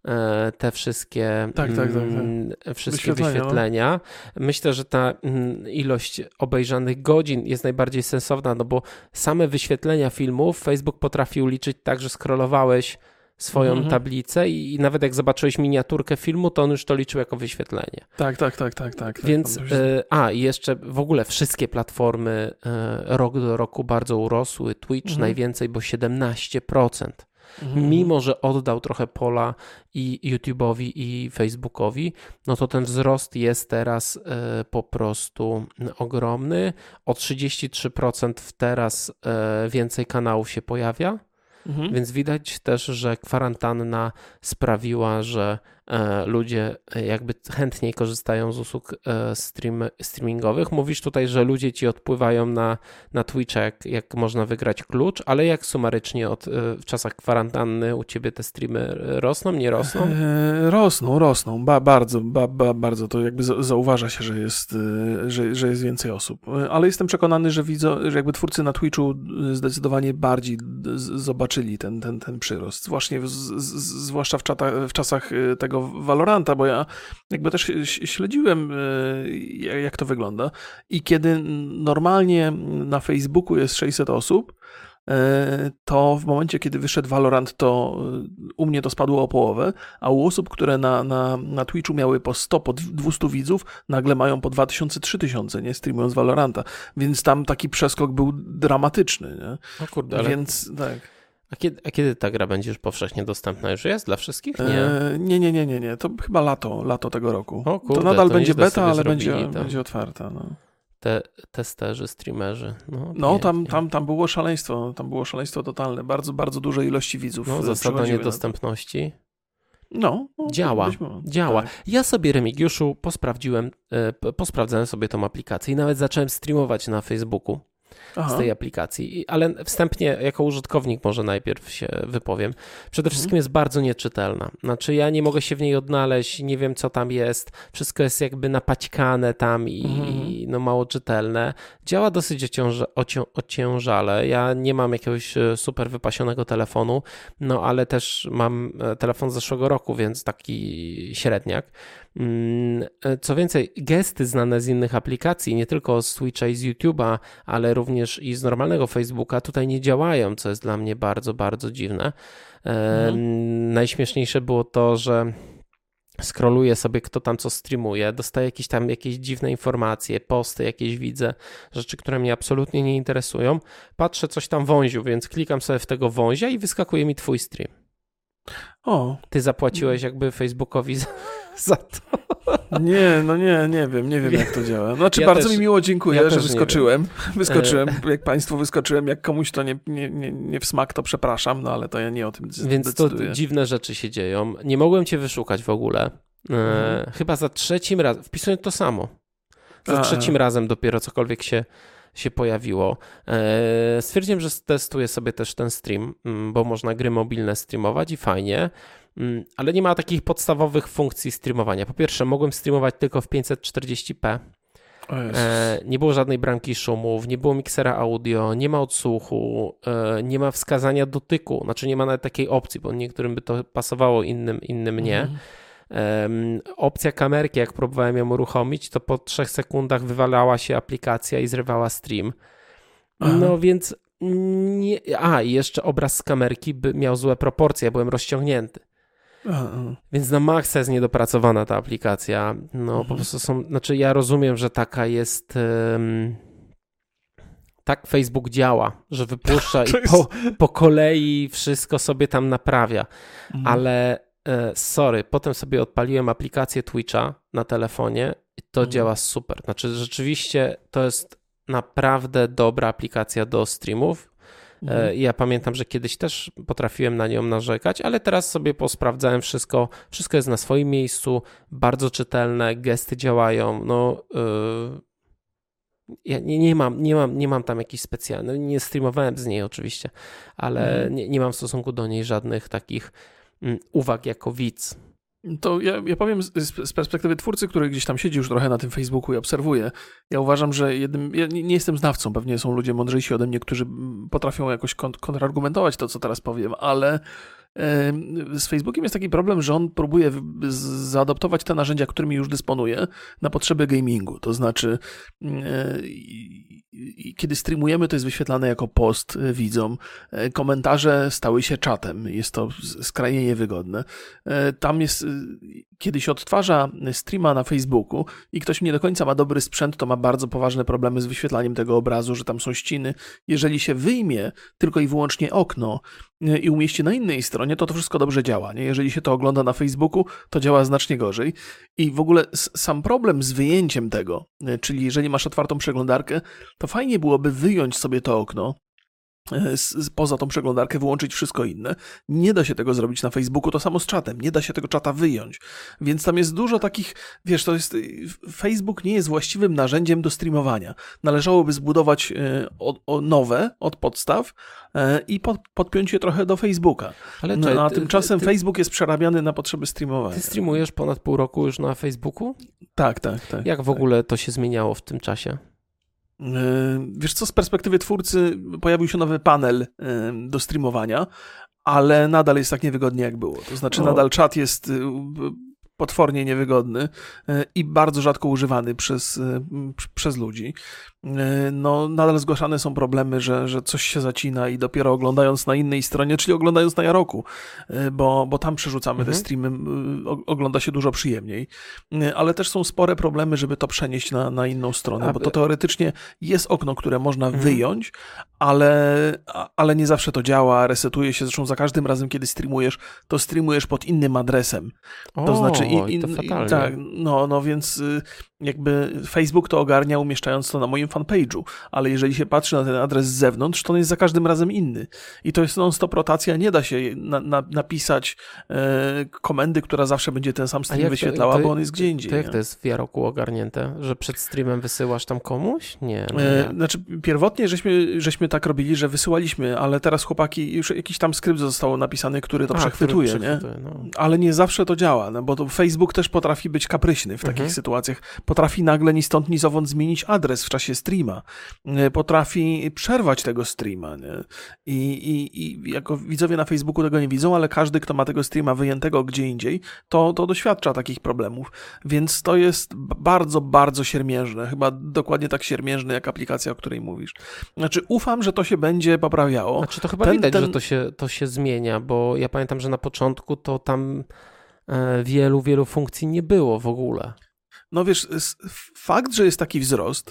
te wszystkie, wszystkie wyświetlenia. Myślę, że ta ilość obejrzanych godzin jest najbardziej sensowna, no bo same wyświetlenia filmów Facebook potrafił liczyć tak, że scrollowałeś swoją tablicę i nawet jak zobaczyłeś miniaturkę filmu, to on już to liczył jako wyświetlenie. Tak. Więc, i jeszcze w ogóle wszystkie platformy rok do roku bardzo urosły. Twitch najwięcej, bo 17%. Mimo że oddał trochę pola i YouTube'owi i Facebookowi, no to ten wzrost jest teraz po prostu ogromny. O 33% teraz więcej kanałów się pojawia, więc widać też, że kwarantanna sprawiła, że ludzie jakby chętniej korzystają z usług streamingowych. Mówisz tutaj, że ludzie ci odpływają na Twitcha, jak można wygrać klucz, ale jak sumarycznie w czasach kwarantanny u ciebie te streamy rosną, nie rosną? Rosną. Bardzo. To jakby zauważa się, że jest więcej osób. Ale jestem przekonany, że jakby twórcy na Twitchu zdecydowanie bardziej zobaczyli ten przyrost. Zwłaszcza w czasach tego Valoranta, bo ja jakby też śledziłem, jak to wygląda. I kiedy normalnie na Facebooku jest 600 osób, to w momencie, kiedy wyszedł Valorant, to u mnie to spadło o połowę, a u osób, które na Twitchu miały po 100, po 200 widzów, nagle mają po 2000, 3000, nie, streamując Valoranta. Więc tam taki przeskok był dramatyczny, nie? O kurde, ale... Więc tak. A kiedy ta gra będzie już powszechnie dostępna? Już jest dla wszystkich? Nie. To chyba lato tego roku. O kurde, to nadal będzie nieźle beta, ale zrobili, będzie otwarta. No. Testerzy, streamerzy. Tam było szaleństwo. Tam było szaleństwo totalne. Bardzo, bardzo duże ilości widzów. Zasada niedostępności. Działa. Tak. Ja sobie, Remigiuszu, posprawdzałem sobie tą aplikację i nawet zacząłem streamować na Facebooku. Z tej aplikacji, ale wstępnie jako użytkownik może najpierw się wypowiem. Przede wszystkim jest bardzo nieczytelna. Znaczy ja nie mogę się w niej odnaleźć, nie wiem co tam jest, wszystko jest jakby napaćkane tam i mało czytelne. Działa dosyć ociężale. Ja nie mam jakiegoś super wypasionego telefonu, ale też mam telefon z zeszłego roku, więc taki średniak. Co więcej, gesty znane z innych aplikacji, nie tylko z Twitcha i z YouTube'a, ale również i z normalnego Facebooka tutaj nie działają, co jest dla mnie bardzo, bardzo dziwne. Najśmieszniejsze było to, że scrolluję sobie, kto tam co streamuje, dostaję jakieś dziwne informacje, posty jakieś widzę, rzeczy, które mnie absolutnie nie interesują. Patrzę, coś tam wąziu, więc klikam sobie w tego wązia i wyskakuje mi twój stream. Ty zapłaciłeś jakby Facebookowi za to. Nie wiem jak to działa. Znaczy Ja bardzo też- mi miło dziękuję, ja że też nie wyskoczyłem. Wyskoczyłem, jak państwu wyskoczyłem, jak komuś to nie w smak, to przepraszam, no ale to ja nie o tym Więc to decyduję. dziwne rzeczy się dzieją. Nie mogłem cię wyszukać w ogóle. Chyba za trzecim razem, wpisuję to samo. Za trzecim razem dopiero cokolwiek się pojawiło. Stwierdziłem, że testuję sobie też ten stream, bo można gry mobilne streamować i fajnie, ale nie ma takich podstawowych funkcji streamowania. Po pierwsze, mogłem streamować tylko w 540p. Nie było żadnej bramki szumów, nie było miksera audio, nie ma odsłuchu, nie ma wskazania dotyku, znaczy nie ma nawet takiej opcji, bo niektórym by to pasowało, innym nie. Opcja kamerki, jak próbowałem ją uruchomić, to po 3 sekundach wywalała się aplikacja i zrywała stream. No więc nie... i jeszcze obraz z kamerki miał złe proporcje, ja byłem rozciągnięty. Więc na maksa jest niedopracowana ta aplikacja. No po prostu znaczy ja rozumiem, że taka jest... Tak Facebook działa, że wypuszcza i po kolei wszystko sobie tam naprawia. Ale sorry, potem sobie odpaliłem aplikację Twitcha na telefonie i to działa super. Znaczy rzeczywiście to jest naprawdę dobra aplikacja do streamów. Ja pamiętam, że kiedyś też potrafiłem na nią narzekać, ale teraz sobie posprawdzałem wszystko jest na swoim miejscu, bardzo czytelne, gesty działają, ja nie mam tam jakichś specjalnych, nie streamowałem z niej oczywiście, ale nie mam w stosunku do niej żadnych takich uwag jako widz. To ja powiem z perspektywy twórcy, który gdzieś tam siedzi już trochę na tym Facebooku i obserwuje. Ja uważam, że ja nie jestem znawcą, pewnie są ludzie mądrzejsi ode mnie, którzy potrafią jakoś kontrargumentować to, co teraz powiem, ale z Facebookiem jest taki problem, że on próbuje zaadoptować te narzędzia, którymi już dysponuje, na potrzeby gamingu. To znaczy, kiedy streamujemy, to jest wyświetlane jako post widzom. Komentarze stały się czatem. Jest to skrajnie niewygodne. Tam jest, kiedy się odtwarza streama na Facebooku i ktoś nie do końca ma dobry sprzęt, to ma bardzo poważne problemy z wyświetlaniem tego obrazu, że tam są ściny. Jeżeli się wyjmie tylko i wyłącznie okno i umieści na innej stronie, to wszystko dobrze działa. Nie? Jeżeli się to ogląda na Facebooku, to działa znacznie gorzej. I w ogóle sam problem z wyjęciem tego, czyli jeżeli masz otwartą przeglądarkę, to fajnie byłoby wyjąć sobie to okno, poza tą przeglądarkę wyłączyć wszystko inne. Nie da się tego zrobić na Facebooku, to samo z czatem, nie da się tego czata wyjąć. Więc tam jest dużo takich, wiesz, Facebook nie jest właściwym narzędziem do streamowania. Należałoby zbudować nowe od podstaw i podpiąć je trochę do Facebooka. A tymczasem Facebook jest przerabiany na potrzeby streamowania. Ty streamujesz ponad pół roku już na Facebooku? Tak. Jak w ogóle to się zmieniało w tym czasie? Wiesz co, z perspektywy twórcy pojawił się nowy panel do streamowania, ale nadal jest tak niewygodnie jak było. To znaczy nadal czat jest potwornie niewygodny i bardzo rzadko używany przez ludzi. No, nadal zgłaszane są problemy, że coś się zacina i dopiero oglądając na innej stronie, czyli oglądając na Jaroku, bo tam przerzucamy te streamy, ogląda się dużo przyjemniej. Ale też są spore problemy, żeby to przenieść na inną stronę, bo to teoretycznie jest okno, które można wyjąć, ale nie zawsze to działa, resetuje się, zresztą za każdym razem, kiedy streamujesz, to streamujesz pod innym adresem. To znaczy to fatalnie. tak, no więc jakby Facebook to ogarnia, umieszczając to na moim fanpage'u, ale jeżeli się patrzy na ten adres z zewnątrz, to on jest za każdym razem inny. I to jest non-stop rotacja, nie da się napisać komendy, która zawsze będzie ten sam stream wyświetlała, bo on jest gdzie indziej. To jak to jest w Jaroku ogarnięte? Że przed streamem wysyłasz tam komuś? Nie. Znaczy pierwotnie żeśmy tak robili, że wysyłaliśmy, ale teraz chłopaki, już jakiś tam skrypt został napisany, który to przechwytuje, nie? No. Ale nie zawsze to działa, no bo to Facebook też potrafi być kapryśny w takich sytuacjach. Potrafi nagle ni stąd, ni zowąd zmienić adres w czasie streama. Potrafi przerwać tego streama. Nie? I jako widzowie na Facebooku tego nie widzą, ale każdy, kto ma tego streama wyjętego gdzie indziej, to doświadcza takich problemów. Więc to jest bardzo, bardzo siermiężne. Chyba dokładnie tak siermiężne, jak aplikacja, o której mówisz. Znaczy ufam, że to się będzie poprawiało. Znaczy to chyba widać, że to się zmienia, bo ja pamiętam, że na początku to tam wielu funkcji nie było w ogóle. No wiesz, fakt, że jest taki wzrost,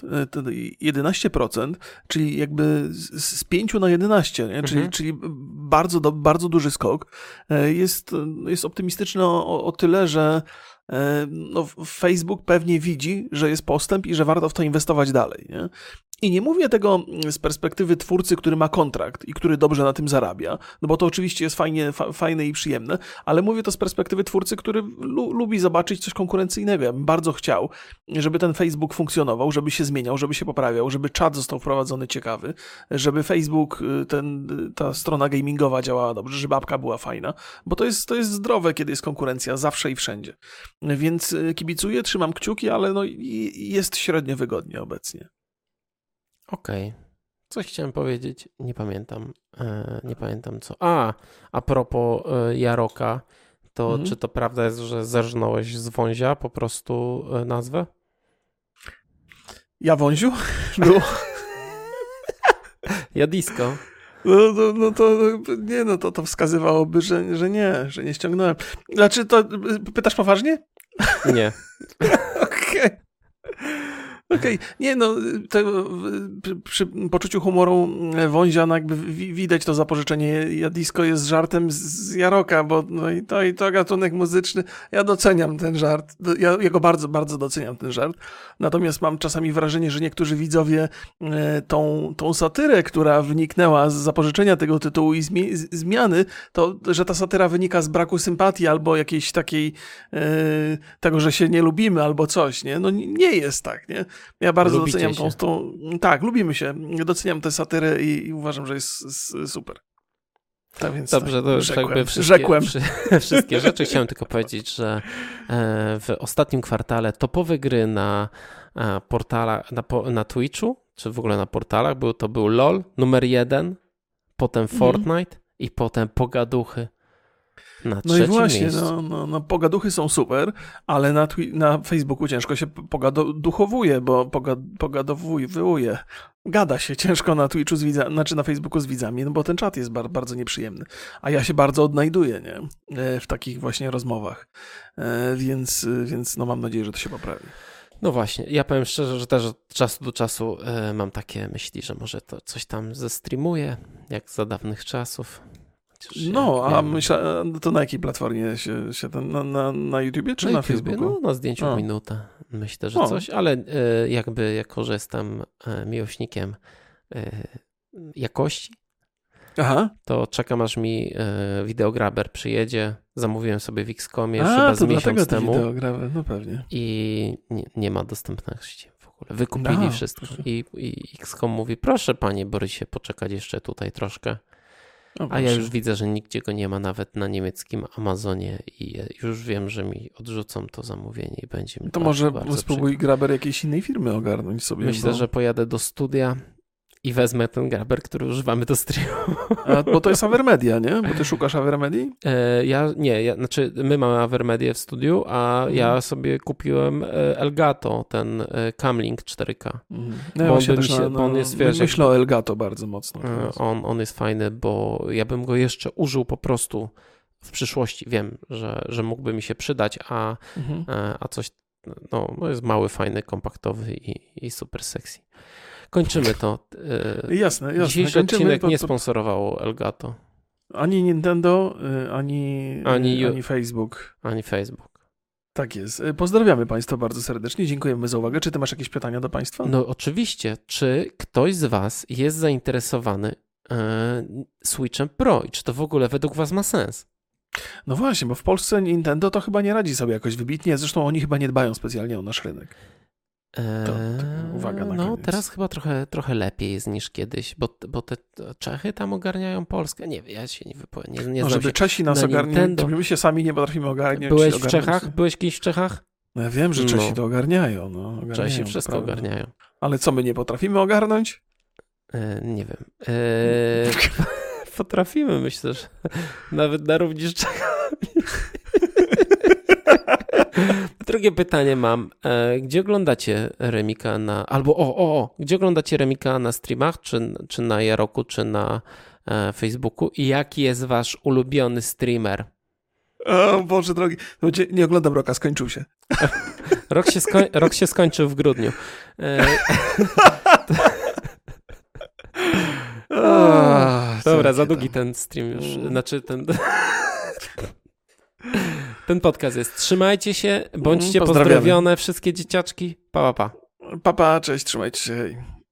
11%, czyli jakby z 5 na 11, nie? Czyli bardzo duży skok, jest optymistyczny o tyle, że no Facebook pewnie widzi, że jest postęp i że warto w to inwestować dalej, nie? I nie mówię tego z perspektywy twórcy, który ma kontrakt i który dobrze na tym zarabia, no bo to oczywiście jest fajne i przyjemne, ale mówię to z perspektywy twórcy, który lubi zobaczyć coś konkurencyjnego. Ja bym bardzo chciał, żeby ten Facebook funkcjonował, żeby się zmieniał, żeby się poprawiał, żeby czat został wprowadzony ciekawy, żeby Facebook, ta strona gamingowa działała dobrze, żeby apka była fajna, bo to jest zdrowe, kiedy jest konkurencja zawsze i wszędzie. Więc kibicuję, trzymam kciuki, ale no jest średnio wygodnie obecnie. Okej. Coś chciałem powiedzieć, nie pamiętam. Nie pamiętam co. A propos Jaroka, to czy to prawda jest, że zerżnąłeś z Wązia po prostu nazwę? Ja Wąziu? No. Jadisko. To wskazywałoby, że nie ściągnąłem. Znaczy, to pytasz poważnie? Nie. Okej. Nie no, przy poczuciu humoru Wązia no jakby widać to zapożyczenie. Jadisko jest żartem z Jaroka, bo no i to gatunek muzyczny. Ja doceniam ten żart. Ja go bardzo, bardzo doceniam ten żart. Natomiast mam czasami wrażenie, że niektórzy widzowie tą satyrę, która wyniknęła z zapożyczenia tego tytułu i zmiany, to że ta satyra wynika z braku sympatii albo jakiejś takiej tego, że się nie lubimy albo coś, nie? No nie jest tak, nie? Ja bardzo doceniam tą... Tak, lubimy się. Doceniam tę satyrę i uważam, że jest super. Tak więc dobrze, to już jakby wszystkie rzeczy. Chciałem tylko powiedzieć, że w ostatnim kwartale topowe gry na portalach, na Twitchu, czy w ogóle na portalach, to był LOL numer 1, potem Fortnite i potem Pogaduchy. No i właśnie, no, pogaduchy są super, ale na Facebooku ciężko się pogaduchowuje, bo pogadowuje. Gada się ciężko na Twitchu z widzami, znaczy na Facebooku z widzami, no bo ten czat jest bardzo nieprzyjemny. A ja się bardzo odnajduję, nie? W takich właśnie rozmowach. Więc no mam nadzieję, że to się poprawi. No właśnie, ja powiem szczerze, że też od czasu do czasu mam takie myśli, że może to coś tam zestreamuję, jak za dawnych czasów. No, a to na jakiej platformie się na YouTubie czy na Facebooku? No, na zdjęciu minutę. Myślę, że coś, ale jakby jako, że jestem miłośnikiem jakości, to czekam, aż mi Videograber przyjedzie. Zamówiłem sobie w X.comie chyba z miesiąc temu. Videograber, no pewnie. I nie ma dostępności w ogóle. Wykupili wszystko. I X.com mówi, proszę panie Borysie, poczekać jeszcze tutaj troszkę. A ja już widzę, że nigdzie go nie ma, nawet na niemieckim Amazonie i już wiem, że mi odrzucą to zamówienie i będzie mi to może spróbuj Graber jakiejś innej firmy ogarnąć sobie. Myślę, że pojadę do studia i wezmę ten Graber, który używamy do streamu. Bo to jest Avermedia, nie? Bo ty szukasz Avermedii? Znaczy my mamy Avermedię w studiu, a ja sobie kupiłem Elgato, ten Camlink 4K. Bo on jest, wiesz, myślę o Elgato bardzo mocno. On jest fajny, bo ja bym go jeszcze użył po prostu w przyszłości. Wiem, że mógłby mi się przydać, a coś no jest mały, fajny, kompaktowy i super sexy. Kończymy to. Jasne. Dzisiejszy odcinek nie sponsorowało Elgato. Ani Nintendo, ani Facebook. Ani Facebook. Tak jest. Pozdrawiamy Państwa bardzo serdecznie. Dziękujemy za uwagę. Czy Ty masz jakieś pytania do Państwa? No oczywiście. Czy ktoś z Was jest zainteresowany Switchem Pro i czy to w ogóle według Was ma sens? No właśnie, bo w Polsce Nintendo to chyba nie radzi sobie jakoś wybitnie. Zresztą oni chyba nie dbają specjalnie o nasz rynek. Uwaga na koniec. Teraz chyba trochę lepiej jest niż kiedyś, bo te Czechy tam ogarniają Polskę. Nie wiem, ja się nie wypowiem. Nie znam żeby się Czesi nas ogarniali, to my się sami nie potrafimy ogarniać. Byłeś w Czechach? Byłeś kiedyś w Czechach? No ja wiem, że Czesi to ogarniają. Czesi wszystko ogarniają. Ale co, my nie potrafimy ogarnąć? Nie wiem. Potrafimy, myślę, że nawet na równi z Czechami. Drugie pytanie mam. Gdzie oglądacie Remika gdzie oglądacie Remika na streamach, czy na Jaroku, czy na Facebooku? I jaki jest wasz ulubiony streamer? O Boże drogi, nie oglądam Roka, skończył się. Rok się skończył w grudniu. Dobra, za długi ten stream już. Znaczy ten... ten podcast jest. Trzymajcie się, bądźcie Pozdrawiamy. pozdrowione, wszystkie dzieciaczki. Pa, pa, pa. Papa, cześć, trzymajcie się. Hej.